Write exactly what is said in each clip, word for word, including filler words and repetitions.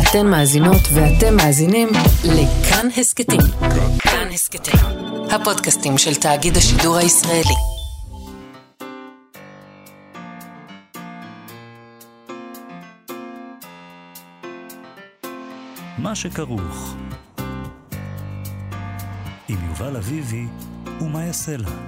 אתן מאזינות ואתם מאזינים לכאן הסקטים. כאן הסקטים, הפודקאסטים של תאגיד השידור הישראלי. מה שכרוך עם יובל אביבי ומה יעשה לה.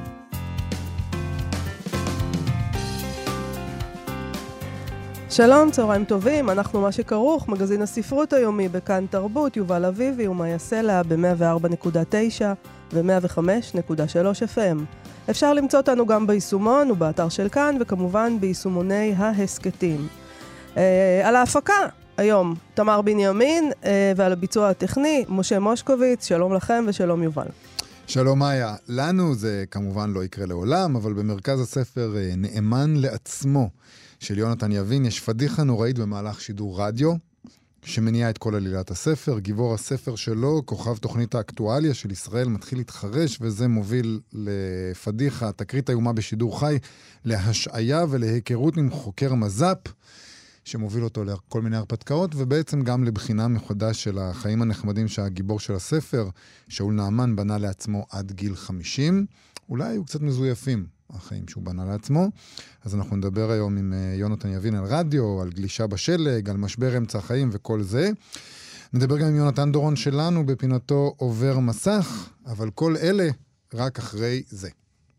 שלום, צהריים טובים, אנחנו מה שכרוך, מגזין הספרות היומי בכאן תרבות, יובל אביבי ומה יעשה לה ב-מאה וארבע נקודה תשע ו-מאה וחמש נקודה שלוש אף אם. אפשר למצוא אותנו גם ביישומון ובאתר של כאן, וכמובן ביישומוני ההסקטים. אה, על ההפקה היום, תמר בנימין, אה, ועל הביצוע הטכני, משה מושקוביץ. שלום לכם ושלום יובל. שלום מאיה, לנו זה כמובן לא יקרה לעולם, אבל במרכז הספר אה, נאמן לעצמו של יונתן יבין יש פדיחה נוראית במהלך שידור רדיו, שמניע את כל עלילת הספר. גיבור הספר שלו, כוכב תוכנית האקטואליה של ישראל, מתחיל להתחרש, וזה מוביל לפדיחה, תקרית איומה בשידור חי, להשעיה ולהיכרות עם חוקר מז"פ, שמוביל אותו לכל מיני הרפתקאות, ובעצם גם לבחינה מחדש של החיים הנחמדים שהגיבור של הספר, שאול נעמן, בנה לעצמו עד גיל חמישים. אולי היו קצת מזויפים, החיים שהוא בנה לעצמו. אז אנחנו נדבר היום עם יונתן יבין על רדיו, על גלישה בשלג, על משבר אמצע החיים וכל זה. נדבר גם עם יונתן דורון שלנו בפינתו עובר מסך, אבל כל אלה רק אחרי זה.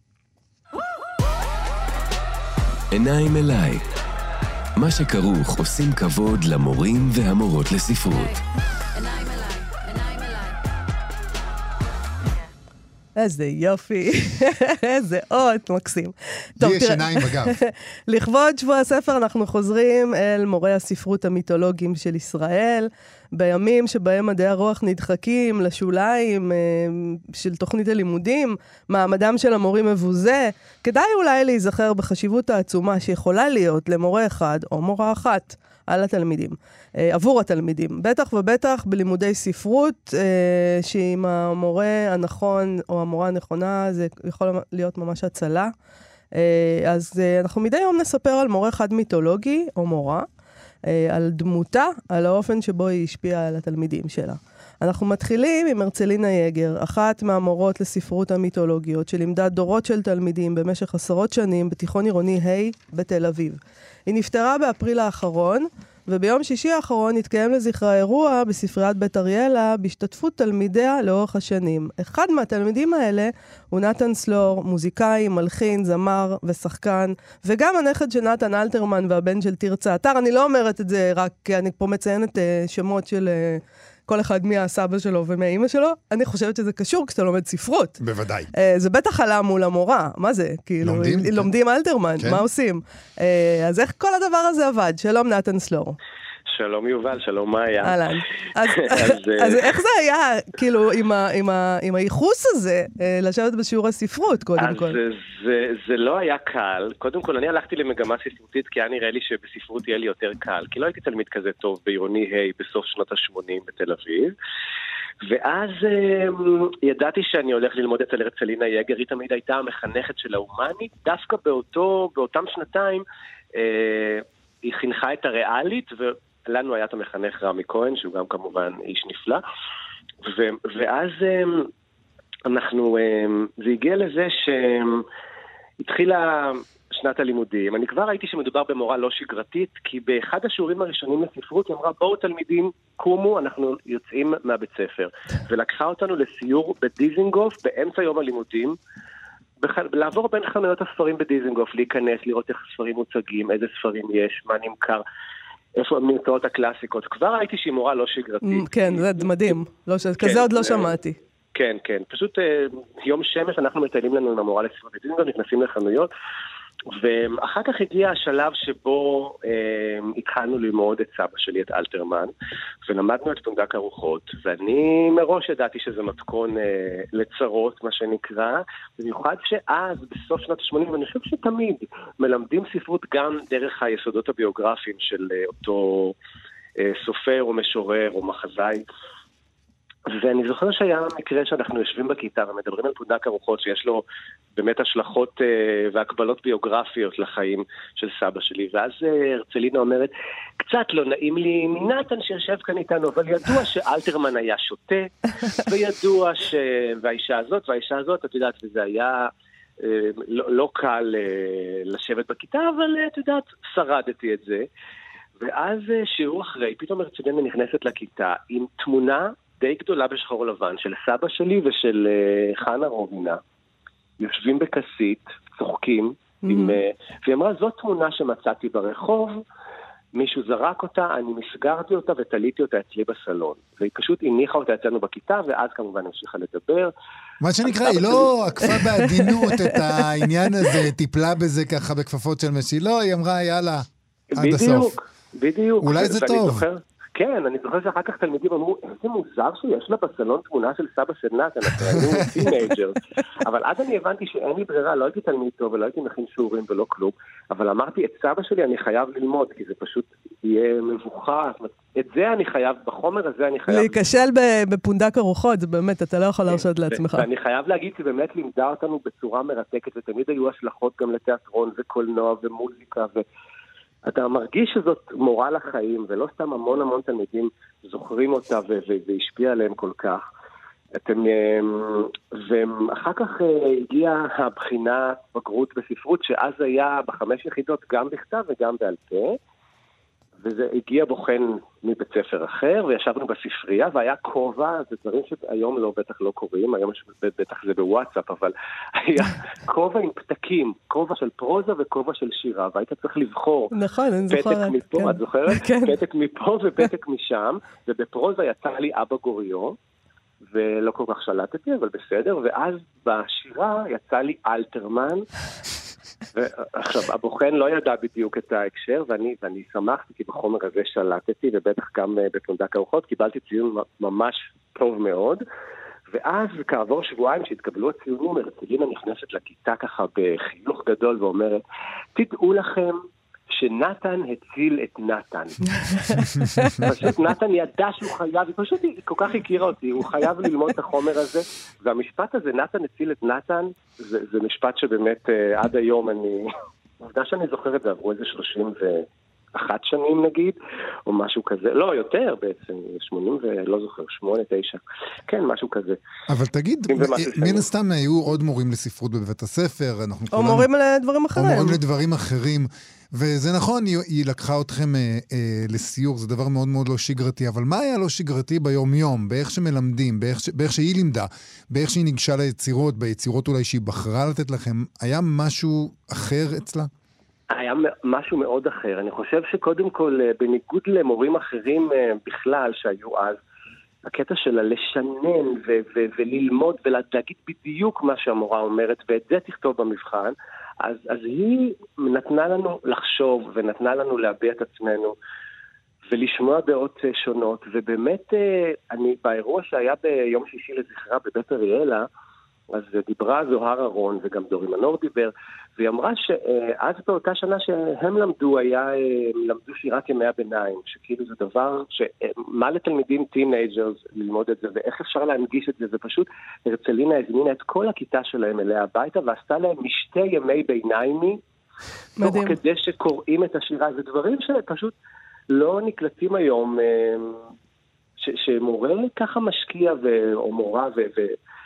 עיניים אליי. מה שכרוך עושים כבוד למורים והמורות לספרות. איזה יופי, איזה אות מקסים. לי יש עיניים בגב. לכבוד שבוע הספר אנחנו חוזרים אל מורי הספרות המיתולוגיים של ישראל, בימים שבהם מדעי הרוח נדחקים לשוליים של תוכנית הלימודים, מעמדם של המורים מבוזה. כדאי אולי להיזכר בחשיבות העצומה שיכולה להיות למורה אחד או מורה אחת על התלמידים, עבור התלמידים. בטח ובטח בלימודי ספרות, שעם המורה הנכון או המורה הנכונה, זה יכול להיות ממש הצלה. אז אנחנו מדי יום נספר על מורה אחד מיתולוגי או מורה, על דמותה, על האופן שבו היא השפיעה על התלמידים שלה. אנחנו מתחילים עם הרצלינה יגר, אחת מהמורות לספרות המיתולוגיות, שלימדה דורות של תלמידים במשך עשרות שנים בתיכון עירוני ה' בתל אביב. היא נפטרה באפריל האחרון, וביום שישי האחרון התקיים לזכרה אירוע בספריית בית אריאלה, בהשתתפות תלמידיה לאורך השנים. אחד מהתלמידים האלה הוא נתן סלור, מוזיקאי, מלחין, זמר ושחקן, וגם הנכד של נתן אלתרמן והבן של תרצה אתר. אני לא אומרת את זה רק כי אני פה מציינת uh, שמות של uh, כל אחד מהסבא שלו ומהאמא שלו. אני חושבת שזה קשור כשאתה לומד ספרות. בוודאי. Uh, זה בטח עלה מול המורה. מה זה? כאילו, לומדים? כן. לומדים אלתרמן, כן. מה עושים? Uh, אז איך כל הדבר הזה עבד? שלום נתן סלור. שלום יובל, שלום מאיה. אהלן. אז, אז איך זה היה, כאילו, עם, ה, עם, ה, עם הייחוס הזה, לשבת בשיעור הספרות, קודם אז כל? אז זה, זה לא היה קל. קודם כל, אני הלכתי למגמה ספרותית, כי היה נראה לי שבספרות יהיה לי יותר קל. כי לא הייתי תלמיד כזה טוב בעירוני ה' בסוף שנות ה-שמונים בתל אביב. ואז ידעתי שאני הולך ללמוד אצל הרצלינה יגר, היא תמיד הייתה המחנכת של ההומנית, דווקא באותו, באותם שנתיים, היא חינכה את הריאלית, ו... לנו היה את המחנך רמי כהן, שהוא גם כמובן איש נפלא, ו- ואז אנחנו, זה הגיע לזה שהתחילה שנת הלימודים. אני כבר ראיתי שמדובר במורה לא שגרתית, כי באחד השיעורים הראשונים לספרות, היא אמרה, בואו תלמידים, קומו, אנחנו יוצאים מהבית ספר. ולקחה אותנו לסיור בדיזינגוף, באמצע יום הלימודים, בח... לעבור בין חנויות הספרים בדיזינגוף, להיכנס, לראות איך ספרים מוצגים, איזה ספרים יש, מה נמכר, איפה הם נמצאות הקלאסיקות. כבר ראיתי שהיא מורה לא שגרתית. כן, זה מדהים. כזה עוד לא שמעתי. כן, כן. פשוט יום שמש אנחנו מטיילים לנו עם המורה לספרות בדיזינגוף, נכנסים לחנויות, ואחר כך הגיע השלב שבו אה, התחלנו ללמוד את סבא שלי, את אלתרמן, ולמדנו את פונדק הרוחות, ואני מראש ידעתי שזה מתכון אה, לצרות, מה שנקרא, במיוחד שאז, בסוף שנות ה-שמונים, ואני חושב שתמיד מלמדים ספרות גם דרך היסודות הביוגרפיים של אה, אותו אה, סופר או משורר או מחזאי, ואני זוכר שהיה מקרה שאנחנו יושבים בכיתה ומדברים על פונדק הרוחות שיש לו באמת השלכות uh, והקבלות ביוגרפיות לחיים של סבא שלי, ואז uh, הרצלינה אומרת, קצת לא נעים לי מנתן שיושב כאן איתנו, אבל ידוע שאלתרמן היה שותה, וידוע ש... והאישה הזאת, והאישה הזאת, את יודעת, וזה היה אה, לא, לא קל אה, לשבת בכיתה, אבל את יודעת, שרדתי את זה. ואז אה, שיעור אחרי, פתאום הרצלנה נכנסת לכיתה עם תמונה די גדולה בשחור לבן של סבא שלי ושל אה, חנה רובינה, יושבים בכסית, צוחקים, mm-hmm. עם, אה, והיא אמרה, זאת תמונה שמצאתי ברחוב, מישהו זרק אותה, אני מסגרתי אותה ותליתי אותה אצלי בסלון. והיא פשוט הניחה אותה אצלנו בכיתה, ואז כמובן המשיכה לדבר. מה שנקרא, היא לא עקפה בעדינות את העניין הזה, טיפלה בזה ככה בכפפות של משי, לא, היא אמרה, יאללה, עד הסוף. בדיוק, בדיוק. אולי זה טוב. כן, אני זוכר שאחר כך תלמידים אמרו, איזה מוזר שיש לה בסלון תמונה של סבא של נתן, אנחנו היינו טינג'ר. אבל אז אני הבנתי שאין לי ברירה, לא הייתי תלמיד טוב ולא הייתי מכין שיעורים ולא כלום, אבל אמרתי, את סבא שלי אני חייב ללמוד, כי זה פשוט יהיה מבוכה. את זה אני חייב, בחומר הזה אני חייב... להיכשל בפונדק הרוחות, זה באמת, אתה לא יכול להרשות לעצמך. ואני חייב להגיד שבאמת לימדה אותנו בצורה מרתקת, ותמיד היו השלכות גם לתיאטרון וקולנוע ומוזיקה ו... אתה מרגיש שזאת מורה לחיים, ולא סתם המון המון תלמידים זוכרים אותה והשפיע עליהם כל כך. אתם, ואחר כך הגיעה הבחינה בגרות בספרות, שאז היה בחמש יחידות גם בכתב וגם בעל פה, וזה הגיע בוחן מבית ספר אחר, וישבנו בספרייה, והיה כובע, זה דברים שהיום לא, בטח לא קוראים, היום בטח זה בוואטסאפ, אבל היה כובע עם פתקים, כובע של פרוזה וכובע של שירה, והיית צריך לבחור. נכון, אני זוכרת. פתק מפה, כן. את זוכרת? כן. פתק מפה ופתק משם, ובפרוזה יצא לי אבא גוריו, ולא כל כך שלטתי, אבל בסדר, ואז בשירה יצא לי אלתרמן, ועכשיו, הבוחן לא ידע בדיוק את ההקשר, ואני, ואני שמחתי כי בחומר הזה שלטתי, ובטח גם בפונדק הרוחות, קיבלתי ציון ממש טוב מאוד, ואז כעבור שבועיים שהתקבלו הציונים, הרצלינה נכנסת לכיתה ככה בחיוך גדול ואומרת, תדעו לכם שנתן הציל את נתן. פשוט נתן ידע שהוא חייב, היא פשוט היא כל כך הכירה אותי, הוא חייב ללמוד את החומר הזה, והמשפט הזה, נתן הציל את נתן, זה, זה משפט שבאמת uh, עד היום אני, עובדה שאני זוכר את זה, עברו איזה שלושים ואחת שנים נגיד, או משהו כזה, לא, יותר בעצם, שמונים ולא זוכר, שמונה, תשע, כן, משהו כזה. אבל תגיד, מן הסתם היו עוד מורים לספרות בבית הספר, או מורים לדברים אחרים. או מורים לדברים אחרים, וזה נכון, היא, היא לקחה אתכם אה, אה, לסיור, זה דבר מאוד מאוד לא שגרתי, אבל מה היה לא שגרתי ביום-יום, באיך שמלמדים, באיך, ש... באיך שהיא לימדה, באיך שהיא ניגשה ליצירות, ביצירות אולי שהיא בחרה לתת לכם, היה משהו אחר אצלה? היה משהו מאוד אחר. אני חושב שקודם כל, בניגוד למורים אחרים בכלל שהיו אז, הקטע שלה לשנן ו- ו- וללמוד ולהגיד בדיוק מה שהמורה אומרת, ואת זה תכתוב במבחן, אז, אז היא נתנה לנו לחשוב ונתנה לנו להביע את עצמנו ולשמוע דעות שונות, ובאמת אני באירוע שהיה ביום שישי לזכרה בבית אריאלה, אז דיברה זוהר ארון וגם דורי מנור דיבר, והיא אמרה שאז באותה שנה שהם למדו, היה, למדו שירת ימי הביניים, שכאילו זה דבר, שמה לתלמידים טינג'רס ללמוד את זה, ואיך אפשר להנגיש את זה, ופשוט הרצלינה הזמינה את כל הכיתה שלהם אליה הביתה, ועשתה להם משתי ימי ביניימי, תוך כדי שקוראים את השירה, זה דברים שפשוט לא נקלטים היום, ש, שמורה ככה משקיע, ו, או מורה ו... ו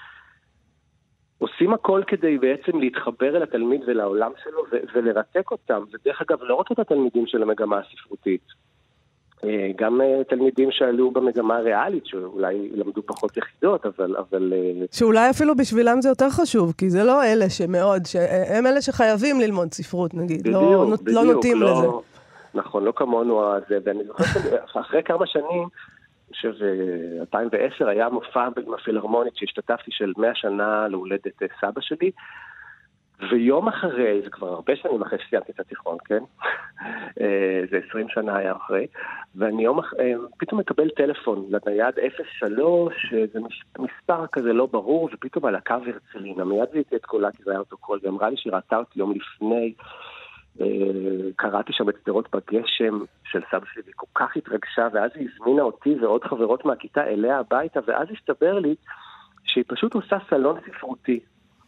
עושים הכל כדי בעצם להתחבר אל התלמיד ולעולם שלו ו- ולרתק אותם. ודרך אגב, לא רק את התלמידים של המגמה הספרותית, גם תלמידים שעלו במגמה הריאלית, שאולי למדו פחות יחידות, אבל... אבל שאולי אפילו בשבילם זה יותר חשוב, כי זה לא אלה שמאוד, הם אלה שחייבים ללמוד ספרות, נגיד. בדיוק, לא, בדיוק. לא נוטים לא, לזה. נכון, לא כמונו הזה, ואני זוכר שאחרי כמה שנים, שב-אלפיים ועשר היה מופע בפילהרמונית שהשתתפתי של מאה שנה להולדת סבא שלי, ויום אחרי, זה כבר הרבה שנים אחרי שסיימתי את התיכון, כן? זה עשרים שנה היה אחרי, ואני יום אחרי, פתאום מקבל טלפון לנייד אפס שלוש, זה מספר כזה לא ברור, ופתאום על הקו הרצלינה, מיד זיהיתי את קולה, כי זה היה אותו קול, ואמרה לי שהיא ראתה אותי יום לפני, קראתי שם את סדרות בגשם של סבא שלי, והיא כל כך התרגשה, ואז היא הזמינה אותי ועוד חברות מהכיתה אליה הביתה, ואז הסתבר לי שהיא פשוט עושה סלון ספרותי.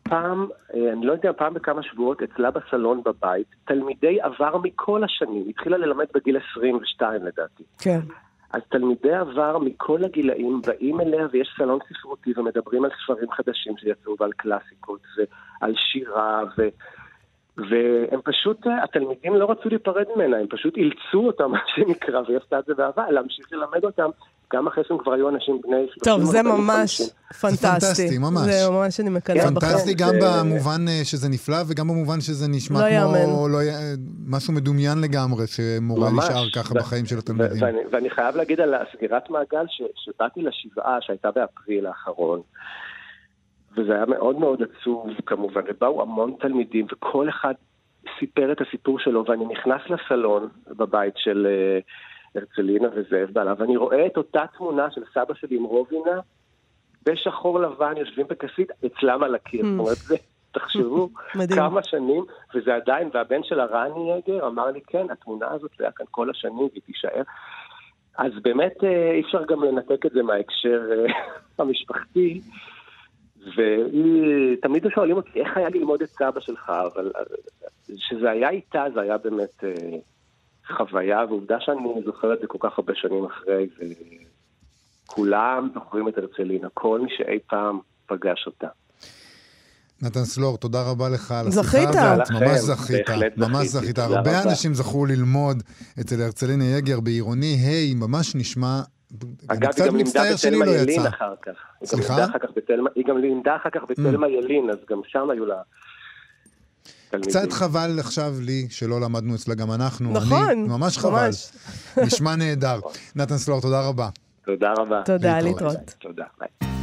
פעם, אני לא יודע, פעם בכמה שבועות אצלה בסלון בבית, תלמידי עבר מכל השנים, התחילה ללמד בגיל עשרים ושתיים לדעתי. כן. אז תלמידי עבר מכל הגילאים באים אליה ויש סלון ספרותי ומדברים על ספרים חדשים שיצאו ועל קלאסיקות ועל שירה ו... והם פשוט, התלמידים לא רצו להיפרד ממנה, הם פשוט אילצו אותם, מה שנקרא, והיא עשתה את זה באהבה, להמשיך ללמד אותם, גם אחרי שהם כבר היו אנשים בני שלושים. טוב, זה ממש פנטסטי. זה פנטסטי, ממש. זה ממש אני מקנאה בכם. פנטסטי גם במובן שזה נפלא, וגם במובן שזה נשמע כמו משהו מדומיין לגמרי, שמורה נשאר ככה בחיים של התלמידים. ואני חייב להגיד על הסגירת מעגל, שבאתי לשבעה שהייתה באפריל האחרון, וזה היה מאוד מאוד עצוב כמובן, ובאו המון תלמידים, וכל אחד סיפר את הסיפור שלו, ואני נכנס לסלון בבית של הרצלינה וזאב בעלה, ואני רואה את אותה תמונה של סבא שלי עם רובינה, בשחור לבן, יושבים בכסית, אצלם על הקיר. זאת אומרת, זה, תחשבו, כמה שנים, וזה עדיין, והבן של הרני יגר אמר לי, כן, התמונה הזאת היה כאן כל השנים, והיא תישאר. אז באמת אי אפשר גם לנתק את זה מההקשר המשפחתי, ותמיד שואלים אותי, איך היה ללמוד את סבא שלך, אבל שזה היה איתה, זה היה באמת חוויה, ועובדה שאני זוכר את זה כל כך הרבה שנים אחרי, וכולם זוכרים את הרצלינה, כל מי שאי פעם פגש אותה. נתן סלור, תודה רבה לך על השיחה. זכית. ממש זכית, ממש זכית. הרבה אנשים זכו ללמוד אצל הרצלינה יגר בעירוני, היי, ממש נשמע... אגב, היא גם לימדה בתלמה ילין אחר כך. סליחה? היא גם לימדה אחר כך בתלמה ילין, אז גם שם היו לה תלמידים. קצת חבל עכשיו לי שלא למדנו אצלה גם אנחנו. נכון. ממש חבל. נשמע נהדר. נתן סלור, תודה רבה. תודה רבה. תודה, להתראות. תודה, ביי.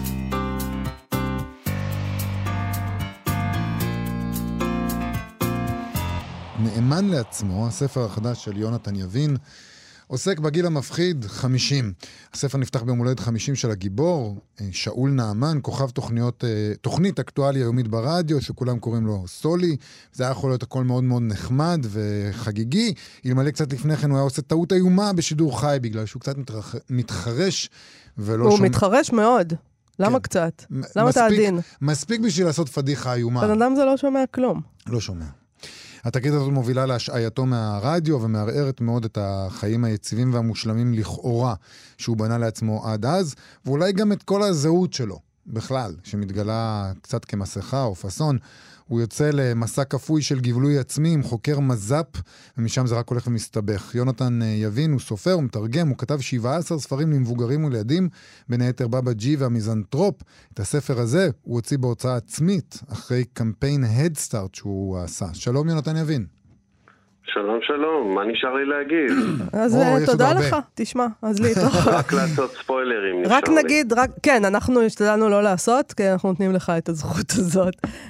נאמן לעצמו, הספר החדש של יונתן יבין, עוסק בגיל המפחיד חמישים. הספר נפתח ביום הולדת חמישים של הגיבור, שאול נעמן, כוכב תוכניות, תוכנית אקטואליה יומית ברדיו, שכולם קוראים לו סולי. זה היה יכול להיות הכל מאוד מאוד נחמד וחגיגי. אלמלא קצת לפני כן הוא היה עושה טעות איומה בשידור חי, בגלל שהוא קצת מתרח... מתחרש ולא הוא שומע. הוא מתחרש מאוד. למה כן. קצת? למה אתה עדין? מספיק בשביל לעשות פדיחה איומה. בן אדם זה לא שומע כלום. לא שומע. התקרית הזאת מובילה להשעייתו מהרדיו ומערערת מאוד את החיים היציבים והמושלמים לכאורה שהוא בנה לעצמו עד אז, ואולי גם את כל הזהות שלו בכלל, שמתגלה קצת כמסכה או פסון. הוא יוצא למסע כפוי של גבלוי עצמי עם חוקר מז"פ, ומשם זה רק הולך ומסתבך. יונתן יבין הוא סופר, הוא מתרגם, הוא כתב שבעה עשר ספרים למבוגרים ולילדים, בין היתר בבא ג'י והמיזנטרופ. את הספר הזה הוא הוציא בהוצאה עצמית, אחרי קמפיין Head Start שהוא עשה. שלום יונתן יבין. שלום שלום, מה נשאר לי להגיד? אז תודה לך, תשמע, אז להתראות. רק לעשות ספוילרים נשאר לי. רק נגיד, כן, אנחנו השתדלנו לא לעשות, כי אנחנו נותנים לך את הזכות הזאת.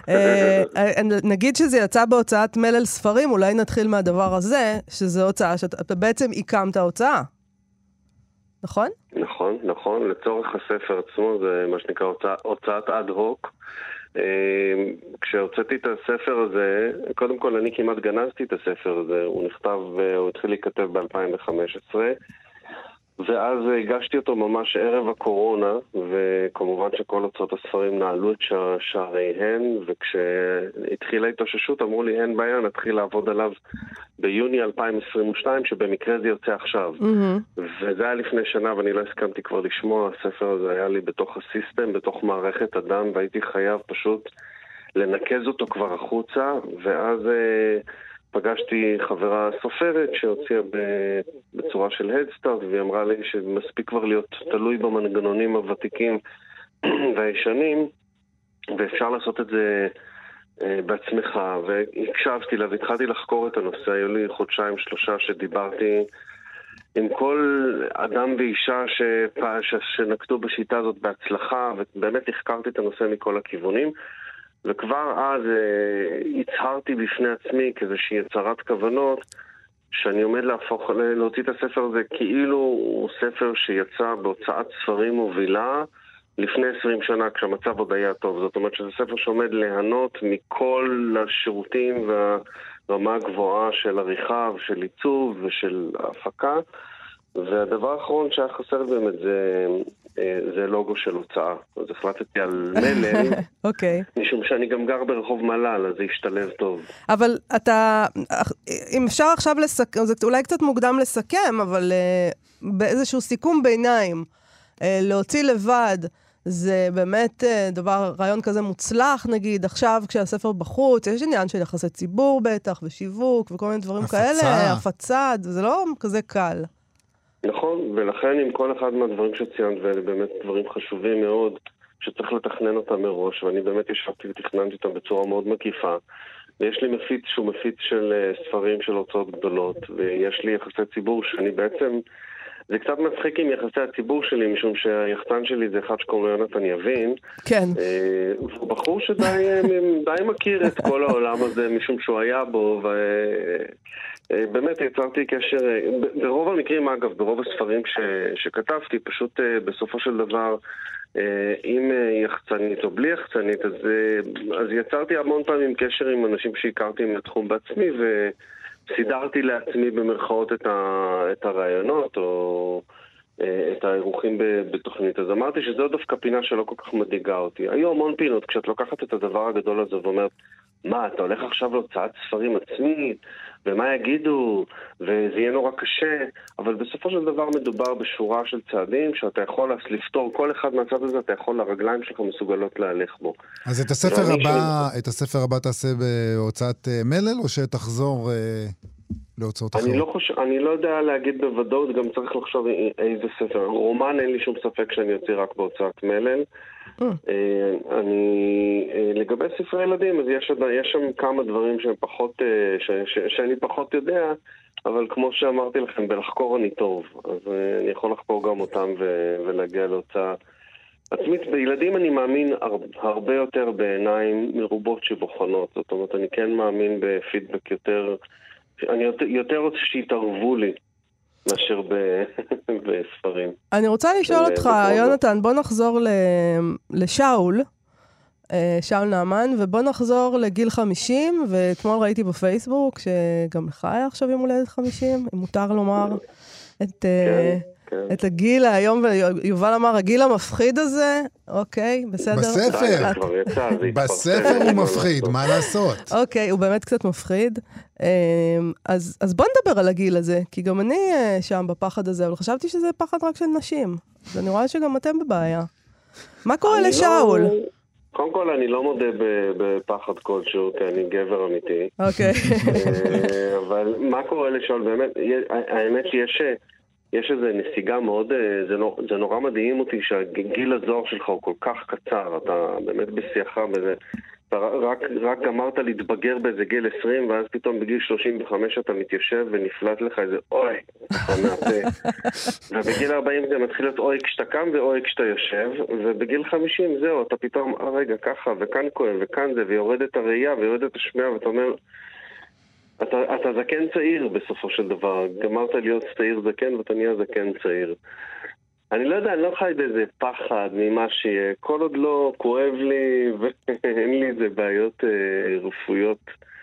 נגיד שזה יצא בהוצאת מלל ספרים, אולי נתחיל מהדבר הזה, שזה הוצאה שאתה בעצם הקמת ההוצאה. נכון? נכון, נכון. לצורך הספר עצמו זה מה שנקרא הוצאת אד הוק. כשהוצאתי את הספר הזה, קודם כל אני כמעט גנזתי את הספר הזה, הוא נכתב, הוא התחיל להיכתב ב-אלפיים וחמש עשרה, ואז הגשתי אותו ממש ערב הקורונה, וכמובן שכל הוצאות הספרים נעלו את שעריהן, וכשהתחילה התאוששות אמרו לי אין בעיה, נתחיל לעבוד עליו ביוני אלפיים עשרים ושתיים, שבמקרה זה יוצא עכשיו. Mm-hmm. וזה היה לפני שנה, ואני לא הסכמתי כבר לשמוע, הספר הזה היה לי בתוך הסיסטם, בתוך מערכת הדם, והייתי חייב פשוט לנקז אותו כבר החוצה, ואז פגשתי חברה סופרת שהוציאה בצורה של Head Start, והיא אמרה לי שמספיק כבר להיות תלוי במנגנונים הוותיקים והישנים, ואפשר לעשות את זה בעצמך, והקשבתי לה והתחלתי לחקור את הנושא. היו לי חודשיים שלושה שדיברתי עם כל אדם ואישה שפע, ש, שנקטו בשיטה הזאת בהצלחה, ובאמת החקרתי את הנושא מכל הכיוונים, וכבר אז אה, הצהרתי בפני עצמי כאיזושהי הצהרת כוונות שאני עומד להפוך, להוציא את הספר הזה כאילו הוא ספר שיצא בהוצאת ספרים מובילה לפני עשרים שנה, כשהמצב עוד היה טוב. זאת אומרת שזה ספר שעומד ליהנות מכל השירותים והרמה הגבוהה של עריכה ושל עיצוב ושל ההפקה, והדבר האחרון שהיה חסר באמת זה, זה לוגו של הוצאה. אז החלטתי על מלל, אוקיי. משום שאני גם גר ברחוב מלל, אז זה ישתלב טוב. אבל אתה, אם אפשר עכשיו לסכם, זה אולי קצת מוקדם לסכם, אבל באיזשהו סיכום ביניים, להוציא לבד, זה באמת דבר, רעיון כזה מוצלח, נגיד, עכשיו כשהספר בחוץ, יש עניין של יחסי ציבור בטח, ושיווק, וכל מיני דברים הפצה. כאלה, הפצה, זה לא כזה קל. נכון, ולכן עם כל אחד מהדברים שציינת, ואלה באמת דברים חשובים מאוד, שצריך לתכנן אותם מראש, ואני באמת ישבתי ותכננתי אותם בצורה מאוד מקיפה, ויש לי מפיץ שהוא מפיץ של ספרים של הוצאות גדולות, ויש לי יחסי ציבור שאני בעצם, זה קצת מצחיק עם יחסי הציבור שלי, משום שהיחצן שלי זה אחד שקוראים לו יונתן יבין. כן. הוא בחור שדי די מכיר את כל העולם הזה, משום שהוא היה בו, ובאמת יצרתי קשר, ברוב המקרים אגב, ברוב הספרים ש, שכתבתי, פשוט בסופו של דבר, עם יחצנית או בלי יחצנית, אז, אז יצרתי המון פעמים קשר עם אנשים שהכרתי מהתחום בעצמי, ו... סידרתי לעצמי במרכאות את, ה, את הרעיונות או את האירוחים בתוכנית. אז אמרתי שזו דווקא פינה שלא כל כך מדאיגה אותי. היו המון פינות, כשאת לוקחת את הדבר הגדול הזה ואומרת, מה, אתה הולך עכשיו להוצאת ספרים עצמית, ומה יגידו, וזה יהיה נורא קשה, אבל בסופו של דבר מדובר בשורה של צעדים שאתה יכול לפתור, כל אחד מהצד הזה אתה יכול, הרגליים שלך מסוגלות להלך בו. אז את הספר הבא, את הספר הבא תעשה בהוצאת מלל, או שתחזור להוצאות אחרות? אני לא חושב, אני לא יודע להגיד בוודאות, גם צריך לחשוב איזה ספר. רומן אין לי שום ספק שאני יוצא רק בהוצאת מלל. אני, לגבי ספרי ילדים, אז יש, יש שם כמה דברים שהם פחות, ש, ש, שאני פחות יודע, אבל כמו שאמרתי לכם, בלחקור אני טוב, אז אני יכול לחקור גם אותם ו, ולהגיע להוצאה עצמית. בילדים אני מאמין הרבה יותר בעיניים מרובות שבוחנות, זאת אומרת, אני כן מאמין בפידבק יותר, אני יותר, יותר רוצה שיתערבו לי. מאשר בספרים. אני רוצה לשאול אותך, יונתן, בוא נחזור לשאול, שאול נעמן, ובוא נחזור לגיל חמישים, ואתמול ראיתי בפייסבוק, שגם לך היה עכשיו יום הולדת חמישים, אם מותר לומר את הגיל היום, ויובל אמר, הגיל המפחיד הזה, אוקיי, בסדר? בספר, בספר הוא מפחיד, מה לעשות? אוקיי, הוא באמת קצת מפחיד. אז, אז בוא נדבר על הגיל הזה, כי גם אני שם בפחד הזה, אבל חשבתי שזה פחד רק של נשים. אז אני רואה שגם אתם בבעיה. מה קורה לשאול? לא, קודם כל, אני לא מודה בפחד כלשהו, כי אני גבר אמיתי. אוקיי. אבל מה קורה לשאול? באמת, האמת שיש... יש איזו נסיגה מאוד, זה, נור, זה נורא מדהים אותי שהגיל הזוהר שלך הוא כל כך קצר, אתה באמת בשיחה בזה, אתה רק, רק גמרת להתבגר באיזה גיל עשרים, ואז פתאום בגיל שלושים וחמש אתה מתיישב ונפלט לך איזה אוי, אתה מעפה. ובגיל ארבעים זה מתחיל להיות אוי כשאתה קם ואוי כשאתה יושב, ובגיל חמישים זהו, אתה פתאום, אה, רגע, ככה, וכאן כהן, וכאן זה, ויורד את הראייה, ויורד את השמיעה, ואתה אומר... אתה, אתה זקן צעיר בסופו של דבר, גמרת להיות צעיר זקן ואתה נהיה זקן צעיר. אני לא יודע, אני לא חי באיזה פחד ממה שיהיה, כל עוד לא כואב לי ואין לי איזה בעיות אה, רפואיות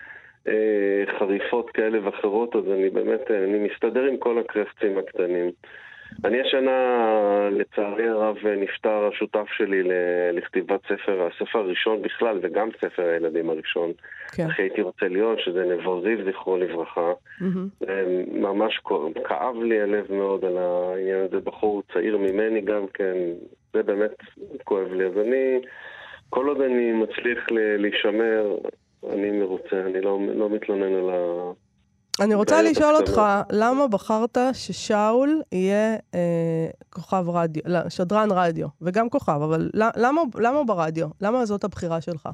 אה, חריפות כאלה ואחרות, אז אני באמת, אני מסתדר עם כל הקרפצים הקטנים. אני השנה, לצערי הרב, נפטר השותף שלי לכתיבת ספר, הספר הראשון בכלל, וגם ספר הילדים הראשון. כן. אחי הייתי רוצה להיות, שזה נבו זיו, זכרו לברכה. Mm-hmm. ממש כאב לי הלב מאוד על העניין הזה, בחור צעיר ממני גם כן, זה באמת כואב לי. אז אני, כל עוד אני מצליח להישמר, אני מרוצה, אני לא, לא מתלונן על ה... אני רוצה לשאול אותך, למה בחרת ששאול יהיה אה, כוכב רדיו, לא, שדרן רדיו, וגם כוכב, אבל למה, למה ברדיו? למה זאת הבחירה שלך?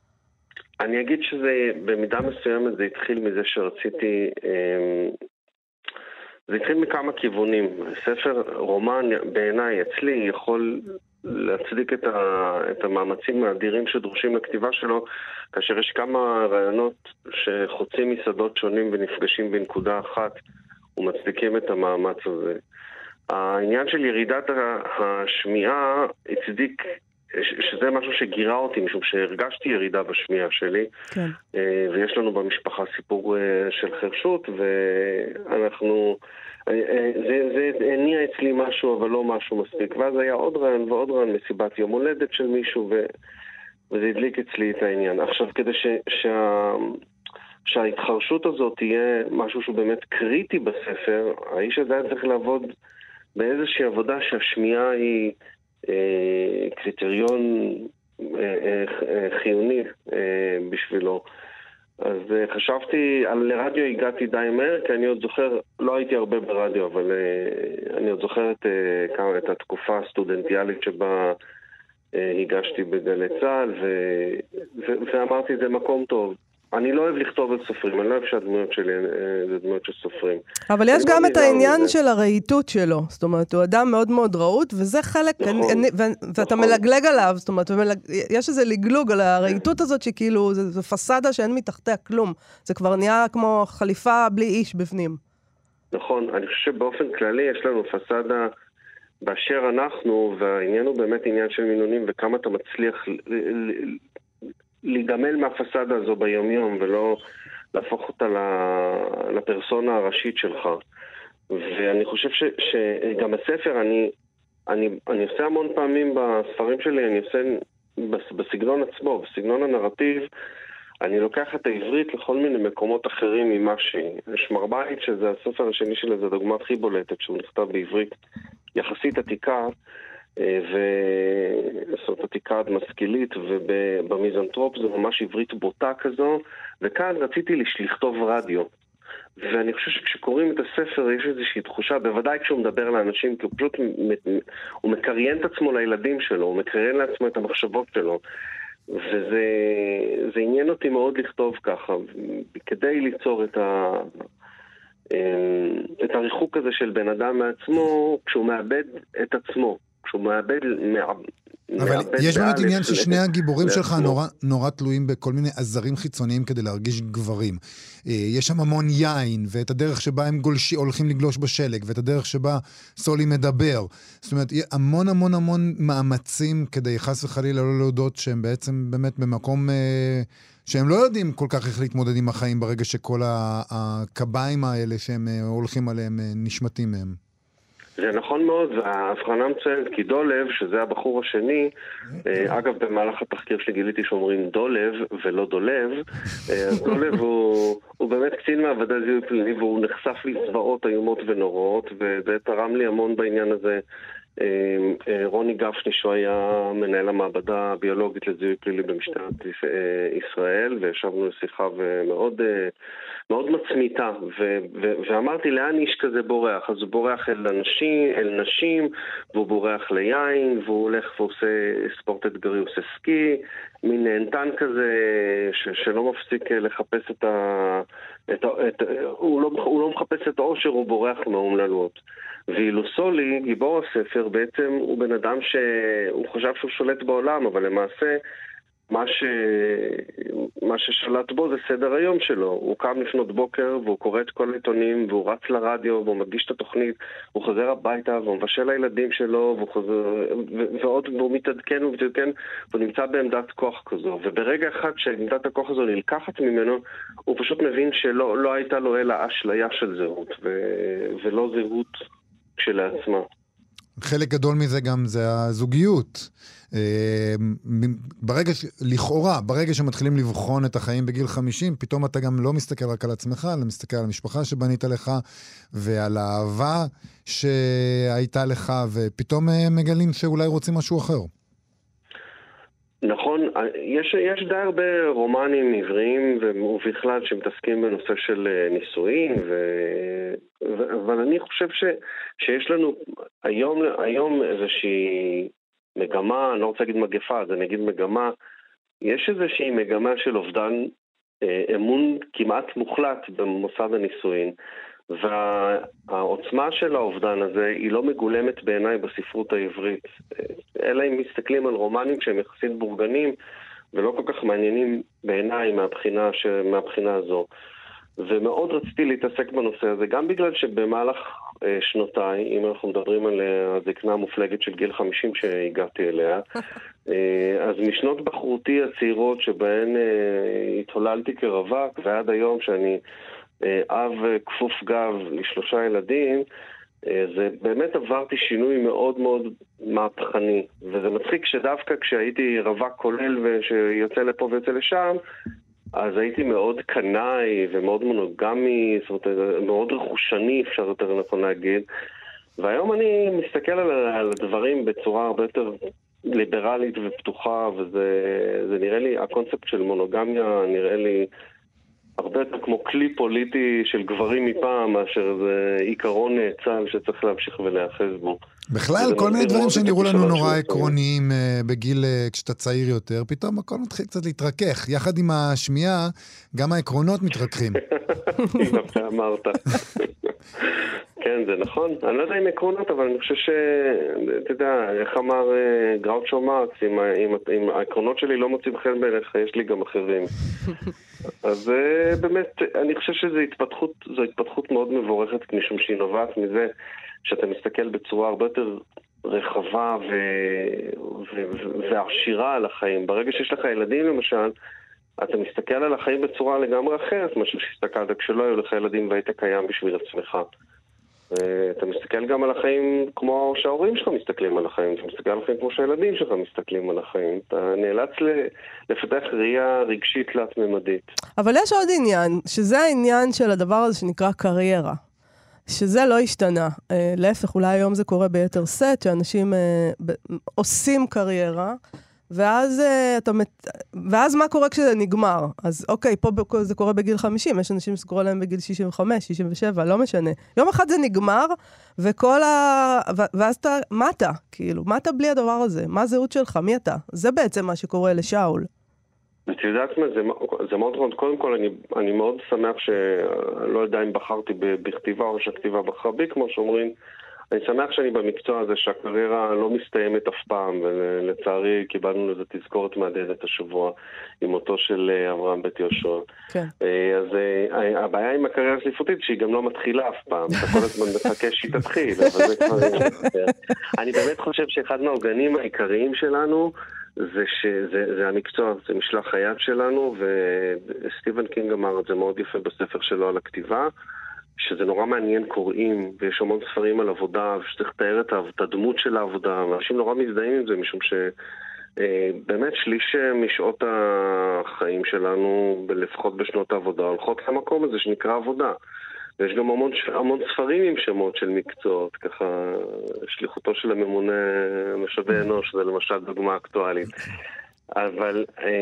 אני אגיד שזה, במידה מסוימת זה התחיל מזה שרציתי, אה, זה התחיל מכמה כיוונים. ספר רומן בעיניי אצלי יכול להצדיק את, ה, את המאמצים האדירים שדרושים לכתיבה שלו, כאשר יש כמה רעיונות שחוצים מסעדות שונים ונפגשים בנקודה אחת ומצדיקים את המאמץ הזה. העניין של ירידת השמיעה הצדיק, שזה משהו שגירה אותי, משום שהרגשתי ירידה בשמיעה שלי, כן. ויש לנו במשפחה סיפור של חרשות, ואנחנו, זה, זה הניע אצלי משהו, אבל לא משהו מספיק. ואז היה עוד רעיון ועוד רעיון, מסיבת יום הולדת של מישהו, ו... וזה הדליק אצלי את העניין. עכשיו, כדי ש... שה... שההתחרשות הזאת תהיה משהו שהוא באמת קריטי בספר, האיש הזה היה צריך לעבוד באיזושהי עבודה שהשמיעה היא אה, קריטריון אה, אה, חיוני אה, בשבילו. אז uh, חשבתי, על לרדיו הגעתי די מהר, כי אני עוד זוכר, לא הייתי הרבה ברדיו, אבל uh, אני עוד זוכר את, uh, את התקופה הסטודנטיאלית שבה uh, הגשתי בגלי צהל, ו- ו- ואמרתי, זה מקום טוב. אני לא אוהב לכתוב על סופרים, אני לא אוהב שהדמויות שלי זה דמויות של סופרים. אבל יש גם את העניין של הרהיטות שלו, זאת אומרת, הוא אדם מאוד מאוד רהוט, וזה חלק, ואתה מלגלג עליו, זאת אומרת, יש איזה לגלוג על הרהיטות הזאת, שכאילו, זו פסדה שאין מתחתיה כלום, זה כבר נהיה כמו חליפה בלי איש בפנים. נכון, אני חושב שבאופן כללי יש לנו פסדה באשר אנחנו, והעניין הוא באמת עניין של מינונים, וכמה אתה מצליח להיגמל מהפסדה הזו ביומיום, ולא להפוך אותה לפרסונה הראשית שלך. ואני חושב ש, שגם הספר, אני, אני, אני עושה המון פעמים בספרים שלי, אני עושה בסגנון עצמו, בסגנון הנרטיב, אני לוקח את העברית לכל מיני מקומות אחרים ממה שהיא. שמר בית, שזה הספר השני שלי, זה הדוגמה הכי בולטת, שהוא נכתב בעברית יחסית עתיקה, וזאת עתיקה עד משכילית, ובמיזנטרופ זה ממש עברית בוטה כזו, וכאן רציתי לכתוב רדיו. ואני חושב שכשקוראים את הספר יש איזושהי תחושה, בוודאי כשהוא מדבר לאנשים, כי הוא פשוט, הוא מקריין את עצמו לילדים שלו, הוא מקריין לעצמו את המחשבות שלו, וזה זה עניין אותי מאוד לכתוב ככה, כדי ליצור את ה... את הריחוק הזה של בן אדם מעצמו, כשהוא מאבד את עצמו. כשהוא מאבד... אבל יש באמת עניין ששני הגיבורים שלך נורא, נורא תלויים בכל מיני עזרים חיצוניים כדי להרגיש גברים. יש שם המון יין, ואת הדרך שבה הם גולשי, הולכים לגלוש בשלג, ואת הדרך שבה סולי מדבר. זאת אומרת, המון המון המון מאמצים כדי חס וחלילה לא להודות שהם בעצם באמת במקום... שהם לא יודעים כל כך איך להתמודד עם החיים ברגע שכל הקביים האלה שהם הולכים עליהם נשמטים מהם. זה נכון מאוד, וההבחנה מציינת, כי דולב, שזה הבחור השני, אגב, במהלך התחקיר שגיליתי שאומרים דולב ולא דולב, דולב הוא, הוא באמת קצין מעבדה זיהוי פלילי, והוא נחשף לזוועות איומות ונוראות, וזה תרם לי המון בעניין הזה. רוני גפני, שהוא היה מנהל המעבדה הביולוגית לזיהוי פלילי במשטרת ישראל, וישבנו לשיחה ומאוד מאוד מצמיתה, ו- ו- ואמרתי לאן איש כזה בורח, אז הוא בורח אל אנשים, אל נשים, והוא בורח ליין, והוא הולך ועושה ספורט אתגרי, עושה סקי, מין נהנתן כזה ש- שלא מפסיק לחפש את ה... את ה- את... הוא, לא, הוא לא מחפש את האושר, הוא בורח מהאומללות. ואילו סולי, גיבור הספר, בעצם הוא בן אדם שהוא חושב שהוא שולט בעולם, אבל למעשה מה, ש... מה ששלט בו זה סדר היום שלו. הוא קם לפנות בוקר והוא קורא את כל העיתונים והוא רץ לרדיו והוא מגיש את התוכנית, הוא חוזר הביתה והוא מבשל לילדים שלו והוא חוזר... ו... ועוד והוא מתעדכן ומתעדכן והוא נמצא בעמדת כוח כזו. וברגע אחד שעמדת הכוח הזו נלקחת ממנו, הוא פשוט מבין שלא לא הייתה לו אלא אשליה של זהות ו... ולא זהות כשלעצמה. חלק גדול מזה גם זה הזוגיות. ברגע, לכאורה, ברגע שמתחילים לבחון את החיים בגיל חמישים, פתאום אתה גם לא מסתכל רק על עצמך, אלא מסתכל על המשפחה שבנית לך, ועל האהבה שהייתה לך, ופתאום מגלים שאולי רוצים משהו אחר. נכון, יש, יש די הרבה רומנים עבריים ובכלל שמתעסקים בנושא של נישואים, ו... ו... אבל אני חושב ש... שיש לנו היום, היום איזושהי מגמה, אני לא רוצה להגיד מגפה, אז אני אגיד מגמה, יש איזושהי מגמה של אובדן אה, אמון כמעט מוחלט במוסד הנישואין, והעוצמה של האובדן הזה היא לא מגולמת בעיניי בספרות העברית, אלא אם מסתכלים על רומנים שהם יחסית בורגנים ולא כל כך מעניינים בעיניי מהבחינה, ש... מהבחינה הזו. ומאוד רציתי להתעסק בנושא הזה, גם בגלל שבמהלך אה, שנותיי, אם אנחנו מדברים על הזקנה המופלגת של גיל חמישים שהגעתי אליה, אה, אז משנות בחרותי הצעירות שבהן אה, התהוללתי כרווק, ועד היום שאני אב כפוף גב לשלושה ילדים, זה באמת עברתי שינוי מאוד מאוד מהפכני, וזה מצחיק שדווקא כשהייתי רווק כולל ושיוצא לפה ויוצא לשם, אז הייתי מאוד קנאי ומאוד מונוגמי, זאת אומרת, מאוד רכושני, אפשר יותר נכון להגיד, והיום אני מסתכל על, על הדברים בצורה הרבה יותר ליברלית ופתוחה, וזה נראה לי, הקונספט של מונוגמיה נראה לי הרבה יותר כמו כלי פוליטי של גברים מפעם, מאשר זה עיקרון נאצל שצריך להמשיך ולהאחז בו. בכלל, כל מיני דברים שנראו לנו נורא עקרוניים בגיל, כשאתה צעיר יותר, פתאום הכל מתחיל קצת להתרכך. יחד עם השמיעה, גם העקרונות מתרככים. אם אמרת. כן, זה נכון. אני לא יודע אם עקרונות, אבל אני חושב ש... אתה יודע, איך אמר גראוצ'ו מרקס, אם העקרונות שלי לא מוצאים חן בעיניך, יש לי גם אחרים. אז באמת, אני חושב שזו התפתחות, זו התפתחות מאוד מבורכת, משום שהיא נובעת מזה שאתה מסתכל בצורה הרבה יותר רחבה ו... ו... ועשירה על החיים. ברגע שיש לך ילדים למשל, אתה מסתכל על החיים בצורה לגמרי אחרת, משהו שהסתכלת כשלא היו לך ילדים והיית קיים בשביל עצמך. אתה מסתכל גם על החיים כמו שההורים שלך מסתכלים על החיים, אתה מסתכל על החיים כמו שהילדים שלך מסתכלים על החיים, אתה נאלץ לפתח ראייה רגשית תלת-ממדית. אבל יש עוד עניין, שזה העניין של הדבר הזה שנקרא קריירה, שזה לא השתנה. להפך, אולי היום זה קורה ביתר סט, שאנשים עושים קריירה, ואז, אתה, ואז מה קורה כשזה נגמר? אז אוקיי, פה זה קורה בגיל חמישים, יש אנשים שקורה להם בגיל שישים וחמש, שישים ושבע, לא משנה. יום אחד זה נגמר, וכל ה... ואז אתה, מה אתה? כאילו, מה אתה בלי הדבר הזה? מה הזהות שלך? מי אתה? זה בעצם מה שקורה לשאול. את יודעת מה, זה, זה מאוד מאוד, קודם כל אני, אני מאוד שמח שלא יודע אם בחרתי בכתיבה או שהכתיבה בחרה בי, כמו שאומרים, אני שמח שאני במקצוע הזה שהקריירה לא מסתיימת אף פעם, ולצערי קיבלנו לזה תזכורת מהדהדת השבוע עם מותו של אברהם בית יהושע. כן. אז הבעיה עם הקריירה הספרותית שהיא גם לא מתחילה אף פעם, אתה כל הזמן מחכה שהיא תתחיל, אבל זה כבר... אני באמת חושב שאחד מהעוגנים העיקריים שלנו זה שזה זה המקצוע, זה משלח היד שלנו, וסטיבן קינג אמר את זה מאוד יפה בספר שלו על הכתיבה, שזה נורא מעניין קוראים, ויש המון ספרים על עבודה, ושצריך לתאר את הדמות של העבודה, ואנשים נורא מזדהים עם זה, משום שבאמת שליש משעות החיים שלנו, לפחות בשנות העבודה, הולכות למקום הזה שנקרא עבודה. ויש גם המון, המון ספרים עם שמות של מקצועות, ככה שליחותו של הממונה משאבי אנוש, זה למשל דוגמה אקטואלית. אבל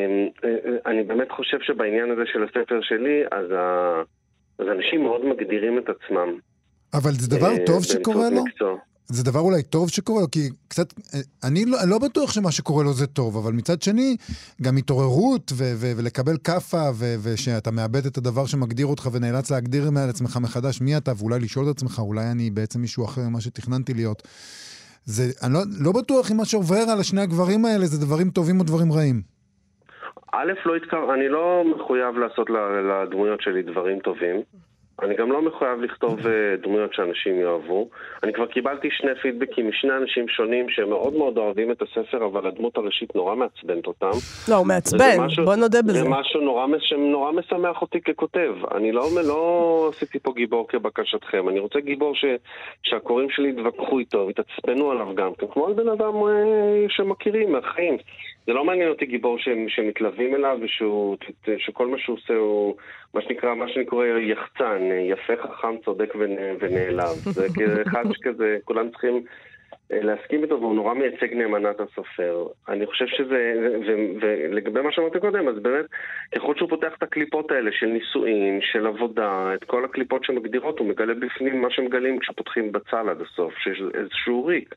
אני באמת חושב שבעניין הזה של הספר שלי, אז ה... אז אנשים מאוד מגדירים את עצמם. אבל זה דבר טוב שקורה לו? זה דבר אולי טוב שקורה לו, כי קצת, אני לא, לא בטוח שמה שקורה לו זה טוב, אבל מצד שני, גם התעוררות ו- ו- ולקבל קפה, ו- ושאתה מאבד את הדבר שמגדיר אותך ונאלץ להגדיר מעצמך מחדש מי אתה, ואולי לשאול את עצמך, אולי אני בעצם מישהו אחר ממה שתכננתי להיות. זה, אני לא, לא בטוח אם מה שעובר על השני הגברים האלה זה דברים טובים או דברים רעים. א', לא התקר... אני לא מחויב לעשות לדמויות שלי דברים טובים. אני גם לא מחויב לכתוב דמויות שאנשים יאהבו. אני כבר קיבלתי שני פידבקים משני אנשים שונים שהם מאוד מאוד אוהבים את הספר, אבל הדמות הראשית נורא מעצבנת אותם. לא, הוא מעצבן, משהו, בוא נודה בזה. זה משהו נורא, נורא משמח אותי ככותב. אני לא, לא עשיתי פה גיבור כבקשתכם. אני רוצה גיבור ש, שהקוראים שלי יתווכחו איתו, יתעצבנו עליו גם, כמו על בן אדם שמכירים מהחיים. זה לא מעניין אותי גיבור שמתלווים אליו, ושהוא, שכל מה שהוא עושה הוא, מה שנקרא, מה שאני קורא יחצן, יפה, חכם, צודק ונעלב. זה אחד שכזה, כולם צריכים להסכים איתו, והוא נורא מייצג נאמנת הסופר. אני חושב שזה, ולגבי מה שאמרתי קודם, אז באמת, ככל שהוא פותח את הקליפות האלה של נישואין, של עבודה, את כל הקליפות שמגדירות, הוא מגלה בפנים מה שמגלים כשפותחים בצל עד הסוף, שיש איזשהו ריק.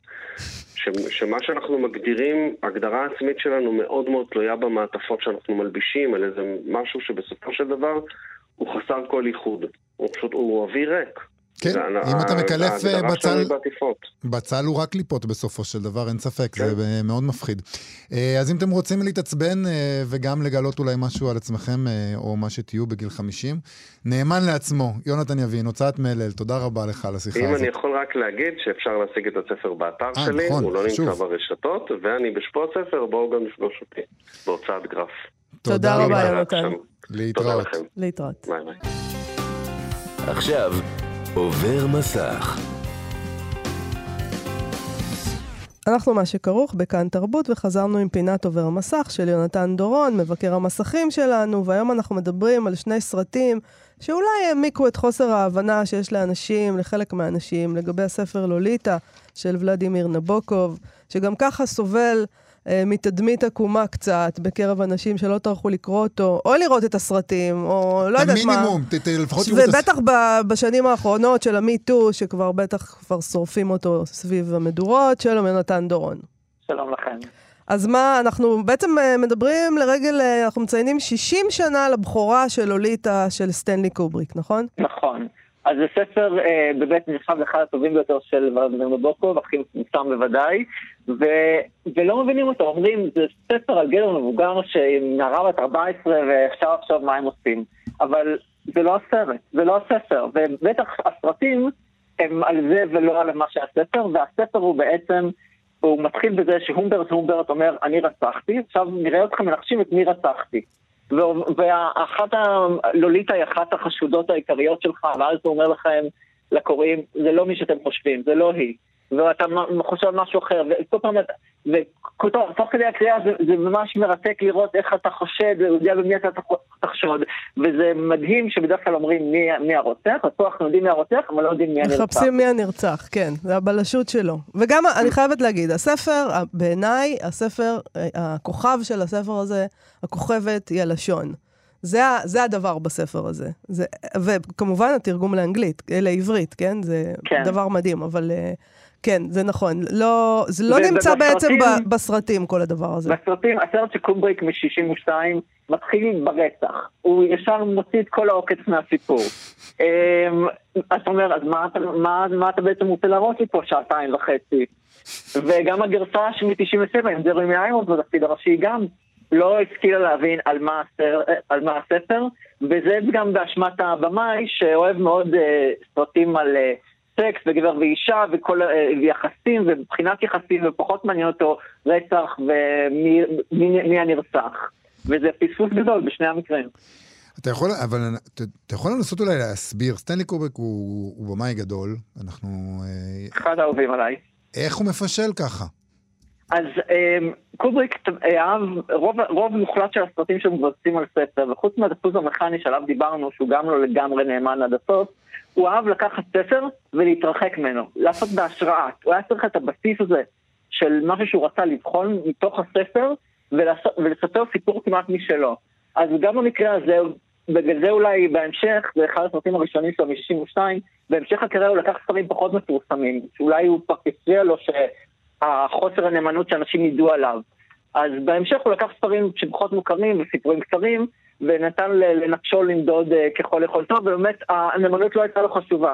שמה שאנחנו מגדירים, הגדרה העצמית שלנו מאוד מאוד תלויה במעטפות שאנחנו מלבישים, על איזה משהו שבסופו של דבר הוא חסר כל ייחוד. הוא פשוט, הוא אוויר ריק. כן, אם אתה מקלף בצל, בצל הוא רק קליפות בסופו של דבר, אין ספק, זה מאוד מפחיד. אז אם אתם רוצים להתעצבן וגם לגלות אולי משהו על עצמכם, או מה שתהיו בגיל חמישים, נאמן לעצמו, יונתן יבין, הוצאת מלל, תודה רבה לך על השיחה הזאת. אם אני יכול רק להגיד שאפשר להשיג את הספר באתר שלי, הוא לא נמצא ברשתות, ואני בשפוע הספר, בואו גם נפגוש אותי, בהוצאת גרף. תודה רבה, יונתן. להתראות. להתראות. ביי ביי. עכשיו, עובר מסך. אנחנו מה שכרוך בכאן תרבות, וחזרנו עם פינת עובר מסך של יונתן דורון, מבקר המסכים שלנו, והיום אנחנו מדברים על שני סרטים שאולי העמיקו את חוסר ההבנה שיש לאנשים, לחלק מהאנשים, לגבי הספר לוליטה של ולדימיר נבוקוב, שגם ככה סובל אה, מתדמית עקומה קצת בקרב אנשים שלא טרחו לקרוא אותו, או לראות את הסרטים, או לא יודעת מה. המינימום, ת, ת, לפחות תראו את הסרט. ובטח ב, בשנים האחרונות של המיטו, שכבר בטח כבר שורפים אותו סביב המדורות. שלום יונתן דורון. שלום לכם. אז מה, אנחנו בעצם מדברים לרגל, אנחנו מציינים שישים שנה לבכורה של לוליטה של סטנלי קובריק, נכון? נכון. אז זה ספר אה, בבית נחשב לאחד הטובים ביותר של ולדימיר נבוקוב, הכי מפורסם בוודאי, ו... ולא מבינים אותו, אומרים, זה ספר על גבר מבוגר שנערה בת ארבע עשרה ואפשר לחשוב מה הם עושים. אבל זה לא הסרט, זה לא הספר, ובטח הסרטים הם על זה ולא על מה שהספר, והספר הוא בעצם... הוא מתחיל בזה שהומברט הומברט אומר, אני רצחתי, עכשיו נראה אתכם מנחשים את מי רצחתי. ואחת הלוליטה היא אחת החשודות העיקריות שלך, ואז הוא אומר לכם, לקוראים, זה לא מי שאתם חושבים, זה לא היא. ואתה חושב משהו אחר, וכל פעם, ותוך כדי הקריאה זה, זה ממש מרתק לראות איך אתה חושד, ויודע במי אתה תחשוד, וזה מדהים שבדרך כלל אומרים מי, מי הרוצח, אז פה אנחנו יודעים מי הרוצח, אבל לא יודעים מי הנרצח. מחפשים מי הנרצח, כן, זה הבלשות שלו. וגם, אני חייבת להגיד, הספר, בעיניי, הספר, הכוכב של הספר הזה, הכוכבת היא הלשון. זה, זה הדבר בספר הזה. זה, וכמובן התרגום לאנגלית, לעברית, כן? זה כן. דבר מדהים, אבל... כן, זה נכון. לא, זה לא נמצא בעצם ב, בסרטים, כל הדבר הזה. בסרטים, הסרט של קובריק מ-שישים ושתיים מתחיל ברצח. הוא ישר מוציא את כל העוקץ מהסיפור. אתה אומר, אז מה, מה, מה אתה בעצם רוצה להראות לי פה שעתיים וחצי? וגם הגרסה מ-תשעים וסבע, עם דרמי איימונד, בתפקיד הראשי גם, לא השכילה להבין על מה, הסר, על מה הספר, וזה גם באשמת הבמאי, שאוהב מאוד uh, סרטים על... Uh, סקס וגבר ואישה וכל יחסים ובחינת יחסים, ופחות מעניין אותו רצח ומי מי, מי הנרצח. וזה פספוס גדול בשני המקרים. אתה יכול, אבל אתה יכול לנסות אולי להסביר, סטנלי קובריק הוא, הוא במאי גדול, אנחנו... אחד האהובים עליי. איך הוא מפשל ככה? אז קובריק אהב, רוב, רוב מוחלט של הסרטים שמבצעים על ספר, וחוץ מהדפוס המכני שעליו דיברנו, שהוא גם לא לגמרי נאמן עד הסוף, הוא אהב לקחת ספר ולהתרחק ממנו, לעשות בהשראה. הוא היה צריך את הבסיס הזה של משהו שהוא רצה לבחון מתוך הספר ולספר סיפור כמעט משלו. אז גם במקרה הזה, בגלל זה אולי בהמשך, זה אחד הסרטים הראשונים שלו מ-שישים ושתיים, בהמשך הקריירה הוא לקח ספרים פחות מפורסמים, שאולי הוא פרקסיה לו שהחוסר הנאמנות שאנשים ידעו עליו. אז בהמשך הוא לקח ספרים שפחות מוכרים וסיפורים קצרים, ונתן לנפשול למדוד ככל יכולתו, ובאמת הנאמנות לא הייתה לו חשובה.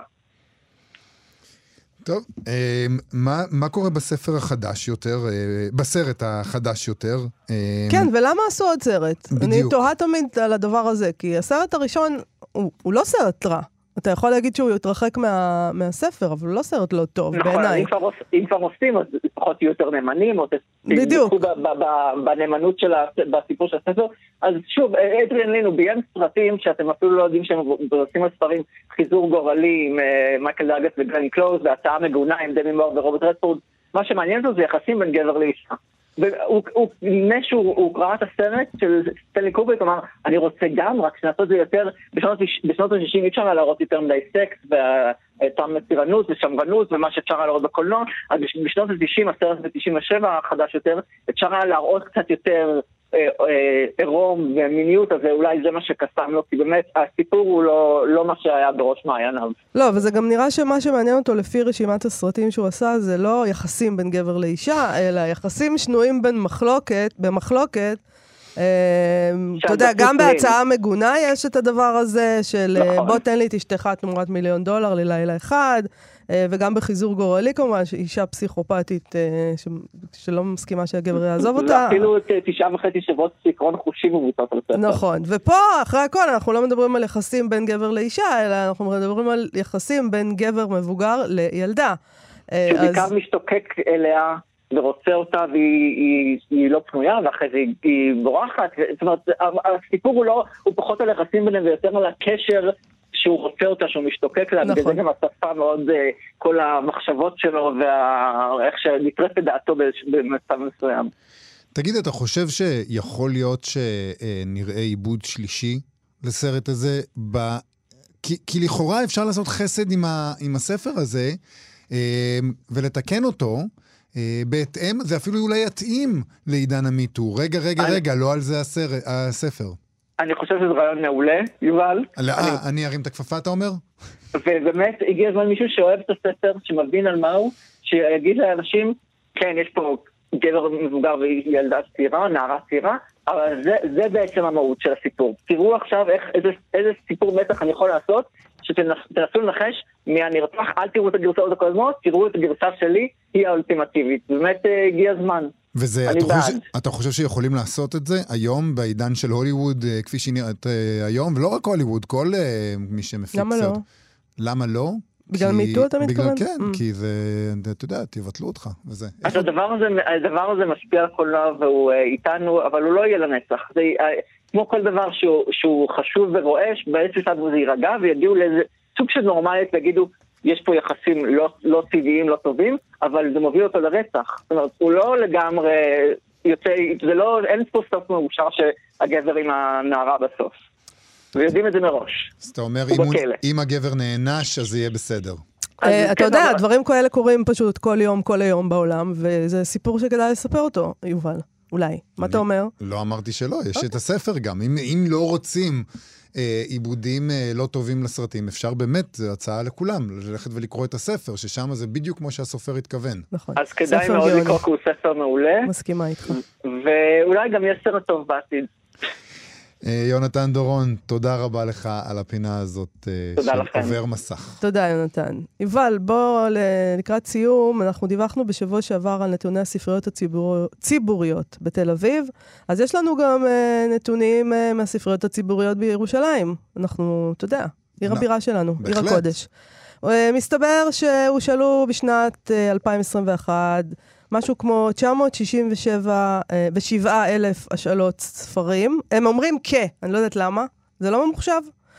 טוב, מה, מה קורה בספר החדש יותר, בסרט החדש יותר? כן, ולמה עשו עוד סרט? בדיוק. אני תוהה תמיד על הדבר הזה, כי הסרט הראשון הוא, הוא לא סרט רע. אתה יכול להגיד שהוא יתרחק מה, מהספר, אבל הוא לא סרט לא טוב, נכון, בעיניי. אם כבר, אם כבר עושים, אז לפחות יהיו יותר נאמנים, או בדיוק. בנאמנות של הסיפור של הספר. אז שוב, אדריאן לין הוא ביים סרטים שאתם אפילו לא יודעים שהם עושים על ספרים, חיזור גורלי עם מייקל דאגלס וגלן קלוז, והצעה מגונה עם דמי מור ורוברט רדפורד. מה שמעניין אותו זה יחסים בין גבר לאישה. והוא נראה שהוא קרא את הסרט של סטנלי קובריק, אמר, אני רוצה גם, רק שנעשות את זה יותר, בשנות ה-שישים אי אפשר להראות יותר מדי סקס, ואותם מסירנות ושמרנות, ומה שאפשר להראות בקולנוע, אז בשנות ה-תשעים, הסרט ב-תשעים ושבע החדש יותר, אפשר היה להראות קצת יותר עירום ומיניות, אז אולי זה מה שקסם לו, כי באמת הסיפור הוא לא, לא מה שהיה בראש מעייניו. לא, וזה גם נראה שמה שמעניין אותו לפי רשימת הסרטים שהוא עשה, זה לא יחסים בין גבר לאישה, אלא יחסים שנויים בין מחלוקת, במחלוקת, אתה יודע, גם בהצעה מגונה יש את הדבר הזה של בוא תן לי את אשתך תמורת מיליון דולר ללילה אחד, וגם בחיזור גורלי כמובן, אישה פסיכופתית שלא מסכימה שהגבר יעזוב אותה. אפילו תשעה וחצי שבועות סקרון חושים מבוצעות על ספר. נכון, ופה אחרי הכל אנחנו לא מדברים על יחסים בין גבר לאישה, אלא אנחנו מדברים על יחסים בין גבר מבוגר לילדה. שבעיקר משתוקק אליה ורוצה אותה והיא היא, היא לא פנויה, ואחרי זה היא, היא בורחת. זאת אומרת, הסיפור הוא, לא, הוא פחות על יחסים ביניהם ויותר על הקשר שהוא רוצה אותה, שהוא משתוקק לה, נכון. בגלל זה גם השפה מאוד, כל המחשבות שלו, ואיך שנטרפת דעתו במצב מסוים. תגיד, אתה חושב שיכול להיות שנראה עיבוד שלישי לסרט הזה? ב... כי, כי לכאורה אפשר לעשות חסד עם, ה... עם הספר הזה, ולתקן אותו, בהתאם, זה אפילו אולי יתאים לעידן המיטו. רגע, רגע, אני... רגע, לא על זה הסר... הספר. אני חושב שזה רעיון מעולה, יובל. לא, אני... אני ארים את הכפפה, אתה אומר? ובאמת, הגיע הזמן מישהו שאוהב את הספר, שמבין על מהו, שיגיד לאנשים, כן, יש פה גבר מבוגר וילדה צעירה, נערה צעירה, אבל זה, זה בעצם המהות של הסיפור. תראו עכשיו איך, איזה, איזה סיפור מתח אני יכול לעשות, שתנסו לנחש מהנרצח, אל תראו את הגרסאות הקודמות, תראו את הגרסה שלי, היא האולטימטיבית. באמת הגיע הזמן. וזה, אתה חושב, אתה חושב שיכולים לעשות את זה היום בעידן של הוליווד, כפי שהיא נראית היום, ולא רק הוליווד, כל מי שמפיק למה לא? למה לא? בגלל מיטו אתה מתכוון? כן, כי זה, אתה יודע, תבטלו אותך, וזה. אז הדבר הזה, הדבר הזה משפיע על קולנוע והוא איתנו, אבל הוא לא יהיה לנצח. זה כמו כל דבר שהוא, שהוא חשוב ורועש, באיזשהו שלב זה יירגע, ויגיעו לאיזה סוג של נורמלית, ויגידו, יש פה יחסים לא, לא טבעיים, לא טובים, אבל זה מוביל אותו לרצח. זאת אומרת, הוא לא לגמרי יוצא, זה לא, אין פה סוף מאושר שהגבר עם הנערה בסוף. ויודעים את זה מראש. אז אתה אומר, אם הגבר נענש, אז זה יהיה בסדר. אתה יודע, דברים כאלה קורים פשוט כל יום, כל היום בעולם, וזה סיפור שכדאי לספר אותו, יובל. אולי. מה אתה אומר? לא אמרתי שלא, יש את הספר גם. אם לא רוצים עיבודים לא טובים לסרטים, אפשר באמת, זו הצעה לכולם, ללכת ולקרוא את הספר, ששם זה בדיוק כמו שהסופר התכוון. נכון. אז כדאי מאוד לקרוא, כי הוא ספר מעולה. מסכימה איתך. ואולי גם יש סרט טוב בעתיד. יונתן דורון, תודה רבה לך על הפינה הזאת של עובר מסך. תודה יונתן. יובל, בוא לקראת סיום, אנחנו דיווחנו בשבוע שעבר על נתוני הספריות הציבוריות בתל אביב, אז יש לנו גם נתונים מהספריות הציבוריות בירושלים. אנחנו, אתה יודע, עיר הבירה שלנו, עיר הקודש. מסתבר שהושאלו בשנת אלפיים עשרים ואחת משהו כמו תשע מאות שישים ושבע אלף השאלות ספרים. הם אומרים כ, אני לא יודעת למה, זה לא ממוחשב.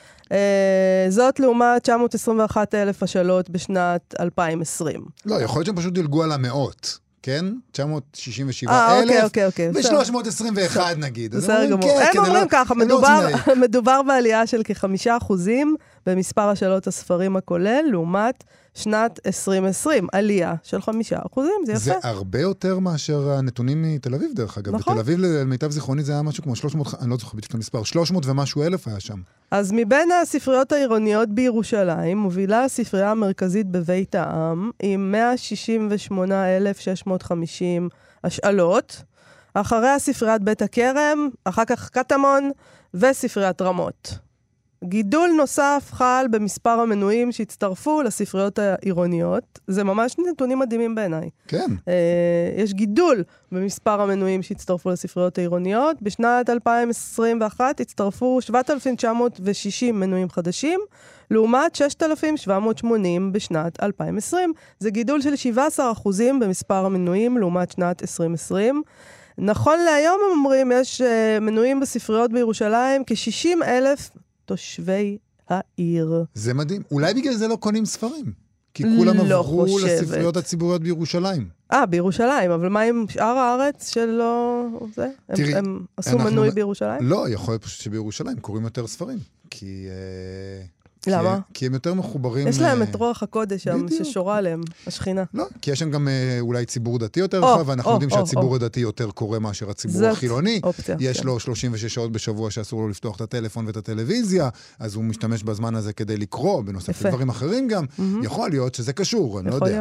זאת לעומת תשע מאות עשרים ואחת אלף השאלות בשנת אלפיים עשרים. לא, יכול להיות שהם פשוט דילגו על המאות, כן? תשע מאות שישים ושבע אלף ו-שלוש מאות עשרים ואחת נגיד. בסדר גמור. הם אומרים ככה, מדובר בעלייה של כחמישה אחוזים במספר השאלות הספרים הכולל, לעומת שנת עשרים עשרים, עלייה של חמישה אחוזים, זה יפה. זה הרבה יותר מאשר הנתונים מתל אביב, דרך אגב. נכון. בתל אביב, למיטב זיכרוני, זה היה משהו כמו שלוש מאות, אני לא זוכר בדיוק את המספר, שלוש מאות ומשהו אלף היה שם. אז מבין הספריות העירוניות בירושלים, מובילה הספרייה המרכזית בבית העם, עם מאה שישים ושמונה אלף שש מאות וחמישים השאלות, אחריה ספריית בית הכרם, אחר כך קטמון, וספריית רמות. גידול נוסף חל במספר המנויים שהצטרפו לספריות העירוניות. זה ממש נתונים מדהימים בעיניי. כן. אה, יש גידול במספר המנויים שהצטרפו לספריות העירוניות. בשנת אלפיים עשרים ואחת הצטרפו שבעת אלפים תשע מאות ושישים מנויים חדשים, לעומת שישת אלפים שבע מאות ושמונים בשנת אלפיים עשרים. זה גידול של שבעה עשר אחוזים במספר המנויים לעומת שנת עשרים עשרים. נכון להיום הם אומרים, יש uh, מנויים בספריות בירושלים כ-שישים אלף תושבי העיר. זה מדהים. אולי בגלל זה לא קונים ספרים. כי כולם לא עברו חושבת. לספריות הציבוריות בירושלים. אה, בירושלים, אבל מה עם שאר הארץ שלא... זה? תראי, הם, הם עשו אנחנו... מנוי בירושלים? לא, יכול להיות פשוט שבירושלים קוראים יותר ספרים. כי... למה? כי, כי הם יותר מחוברים... יש להם את רוח הקודש שם, ששורה עליהם, השכינה. לא, כי יש שם גם אולי ציבור דתי יותר רחב, ואנחנו יודעים שהציבור הדתי יותר קורא מאשר הציבור החילוני. יש לו שלושים ושש שעות בשבוע שאסור לו לפתוח את הטלפון ואת הטלוויזיה, אז הוא משתמש בזמן הזה כדי לקרוא, בנוסף לדברים אחרים גם. יכול להיות שזה קשור, אני לא יודע.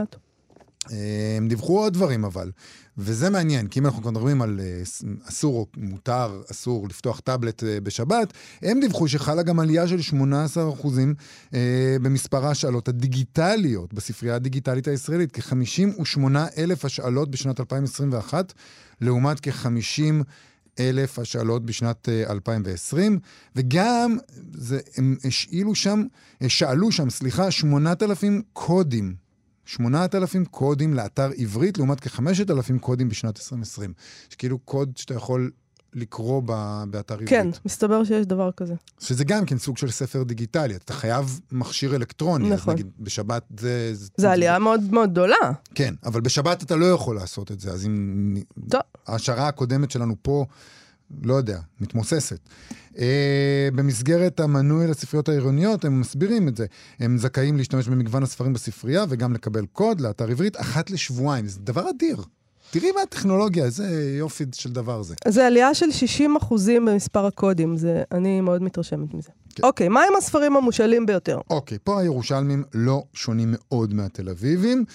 הם דיווחו עוד דברים אבל, וזה מעניין, כי אם אנחנו מדברים על אסור או מותר, אסור לפתוח טאבלט בשבת, הם דיווחו שחלה גם עלייה של שמונה עשר אחוזים במספר השאלות הדיגיטליות, בספרייה הדיגיטלית הישראלית, כ-חמישים ושמונה אלף השאלות בשנת אלפיים עשרים ואחת, לעומת כ-חמישים אלף השאלות בשנת אלפיים ועשרים, וגם זה, הם השאילו שם, שאלו שם, סליחה, שמונת אלפים קודים, שמונת אלפים קודים לאתר עברית, לעומת כ-חמשת אלפים קודים בשנת עשרים עשרים. שכאילו קוד שאתה יכול לקרוא ב- באתר עברית. כן, מסתבר שיש דבר כזה. שזה גם כן סוג של ספר דיגיטלי. אתה חייב מכשיר אלקטרוני. נכון. אז נגיד, בשבת זה... זה עלייה מאוד מאוד גדולה. כן, אבל בשבת אתה לא יכול לעשות את זה. אז אם... טוב. ההשערה הקודמת שלנו פה, לא יודע, מתמוססת. אה, במסגרת המנוי לספריות העירוניות, הם מסבירים את זה. הם זכאים להשתמש במגוון הספרים בספרייה, וגם לקבל קוד לאתר עברית אחת לשבועיים. זה דבר אדיר. תראי מה הטכנולוגיה, איזה יופי של דבר זה. זה עלייה של שישים אחוזים במספר הקודים, זה, אני מאוד מתרשמת מזה. כן. אוקיי, מה עם הספרים המושאלים ביותר? אוקיי, פה הירושלמים לא שונים מאוד מהתל אביבים.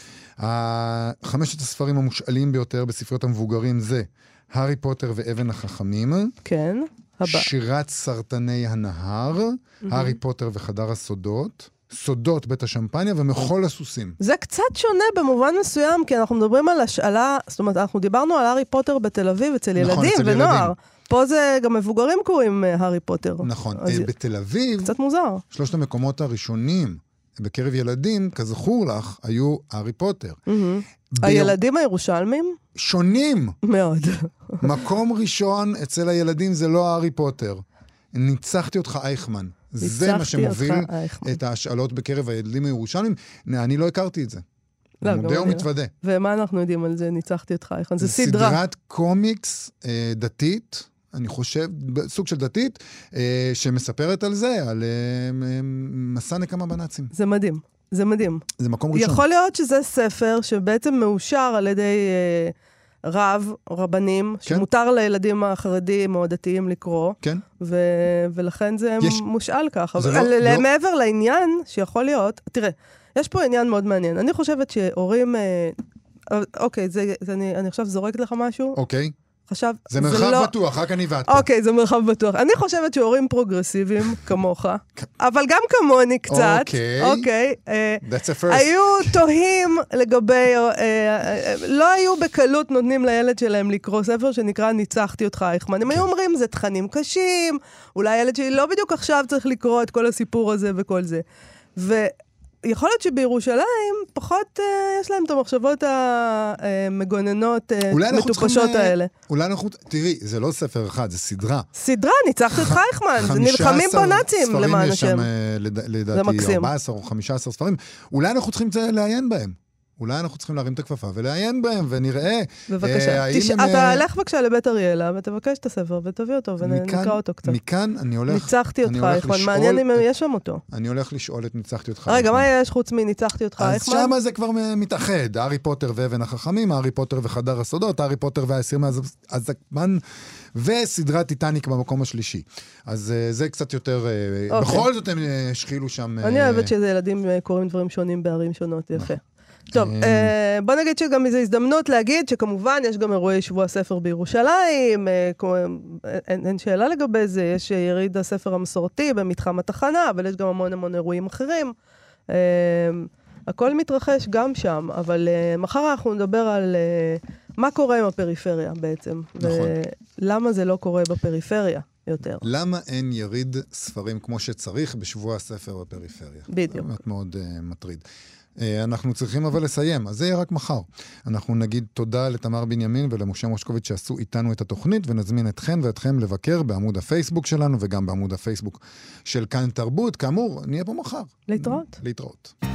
חמשת הספרים המושאלים ביותר בספריות המבוגרים זה הארי פוטר ואבן החכמים. כן, הבא. שירת סרטני הנהר, mm-hmm. הארי פוטר וחדר הסודות. סודות בית השמפניה ומחול הסוסים. זה קצת שונה במובן מסוים, כי אנחנו מדברים על השאלה, זאת אומרת, אנחנו דיברנו על הארי פוטר בתל אביב, אצל ילדים נכון, אצל ונוער. ילדים. פה זה גם מבוגרים קוראים הארי פוטר. נכון. בתל אביב, קצת מוזר. שלושת המקומות הראשונים בקרב ילדים, כזכור לך, היו הארי פוטר. Mm-hmm. ב... הילדים הירושלמים? שונים. מאוד. מקום ראשון אצל הילדים זה לא הארי פוטר. ניצחתי אותך אייכמן. זה מה שמוביל את ההשאלות בקרב הילדים הירושלמים. אני לא הכרתי את זה. לא, מודה ומתוודה. ומה אנחנו יודעים על זה? ניצחתי אותך אייכמן. זה סדרה. סדרת קומיקס אה, דתית, אני חושב, סוג של דתית, אה, שמספרת על זה, על אה, מסע נקמה בנאצים. זה מדהים. זה מדהים. זה מקום ראשון. יכול להיות שזה ספר שבעצם מאושר על ידי... אה, רב, רבנים, כן. שמותר לילדים החרדים או דתיים לקרוא, כן. ו- ולכן זה יש... מושאל ככה. זה אבל לא, מעבר לא... לעניין שיכול להיות, תראה, יש פה עניין מאוד מעניין. אני חושבת שהורים, אה, אוקיי, זה, זה, אני, אני עכשיו זורקת לך משהו. אוקיי. חשב, זה מרחב זה לא... בטוח, רק אני ואת. אוקיי, זה מרחב בטוח. אני חושבת שהורים פרוגרסיביים כמוך, אבל גם כמוני קצת, אוקיי, אוקיי, that's a first. היו תוהים לגבי, לא היו בקלות נותנים לילד שלהם לקרוא ספר שנקרא ניצחתי אותך אייכמן. הם היו אומרים, זה תכנים קשים, אולי ילד שלי לא בדיוק עכשיו צריך לקרוא את כל הסיפור הזה וכל זה. ו... יכול להיות שבירושלים פחות uh, יש להם את המחשבות המגוננות uh, מטופשות האלה. אולי אנחנו... תראי, זה לא ספר אחד, זה סדרה. סדרה, ניצחת את אייכמן, זה נלחמים פה נאצים למען השם. חמישה עשר ספרים יש שם, לדעתי, ארבעה עשר או חמישה עשר ספרים. אולי אנחנו צריכים לעיין בהם. אולי אנחנו צריכים להרים את הכפפה ולעיין בהם, ונראה... בבקשה. אתה הלך בבקשה לבית אריאלה, ותבקש את הספר, ותביא אותו, ונקרא אותו קצת. מכאן אני הולך... ניצחתי אותך, אייכמן. מעניין אם יש שם אותו. אני הולך לשאול את ניצחתי אותך. רגע, מה יש חוץ מניצחתי אותך, אייכמן? אז שמה זה כבר מתאחד. הארי פוטר ואבן החכמים, הארי פוטר וחדר הסודות, הארי פוטר והעשיר מהזקמן, וסדרת טיטניק במקום השלישי. אז זה קצת יותר... בכל זאת הם השחילו שם... אני אוהבת שזה ילדים קוראים דברים שונים בערים שונות. יפה. טוב, בוא נגיד שגם איזו הזדמנות להגיד שכמובן יש גם אירועי שבוע הספר בירושלים, אין שאלה לגבי זה, יש יריד הספר המסורתי במתחם התחנה, אבל יש גם המון המון אירועים אחרים. הכל מתרחש גם שם, אבל מחר אנחנו נדבר על מה קורה עם הפריפריה בעצם, ולמה זה לא קורה בפריפריה יותר. למה אין יריד ספרים כמו שצריך בשבוע הספר בפריפריה? בדיוק. זה באמת מאוד מטריד. אנחנו צריכים אבל לסיים, אז זה יהיה רק מחר. אנחנו נגיד תודה לתמר בנימין ולמשה מושקוביץ שעשו איתנו את התוכנית, ונזמין אתכן ואתכם לבקר בעמוד הפייסבוק שלנו, וגם בעמוד הפייסבוק של כאן תרבות. כאמור, נהיה פה מחר. להתראות. להתראות.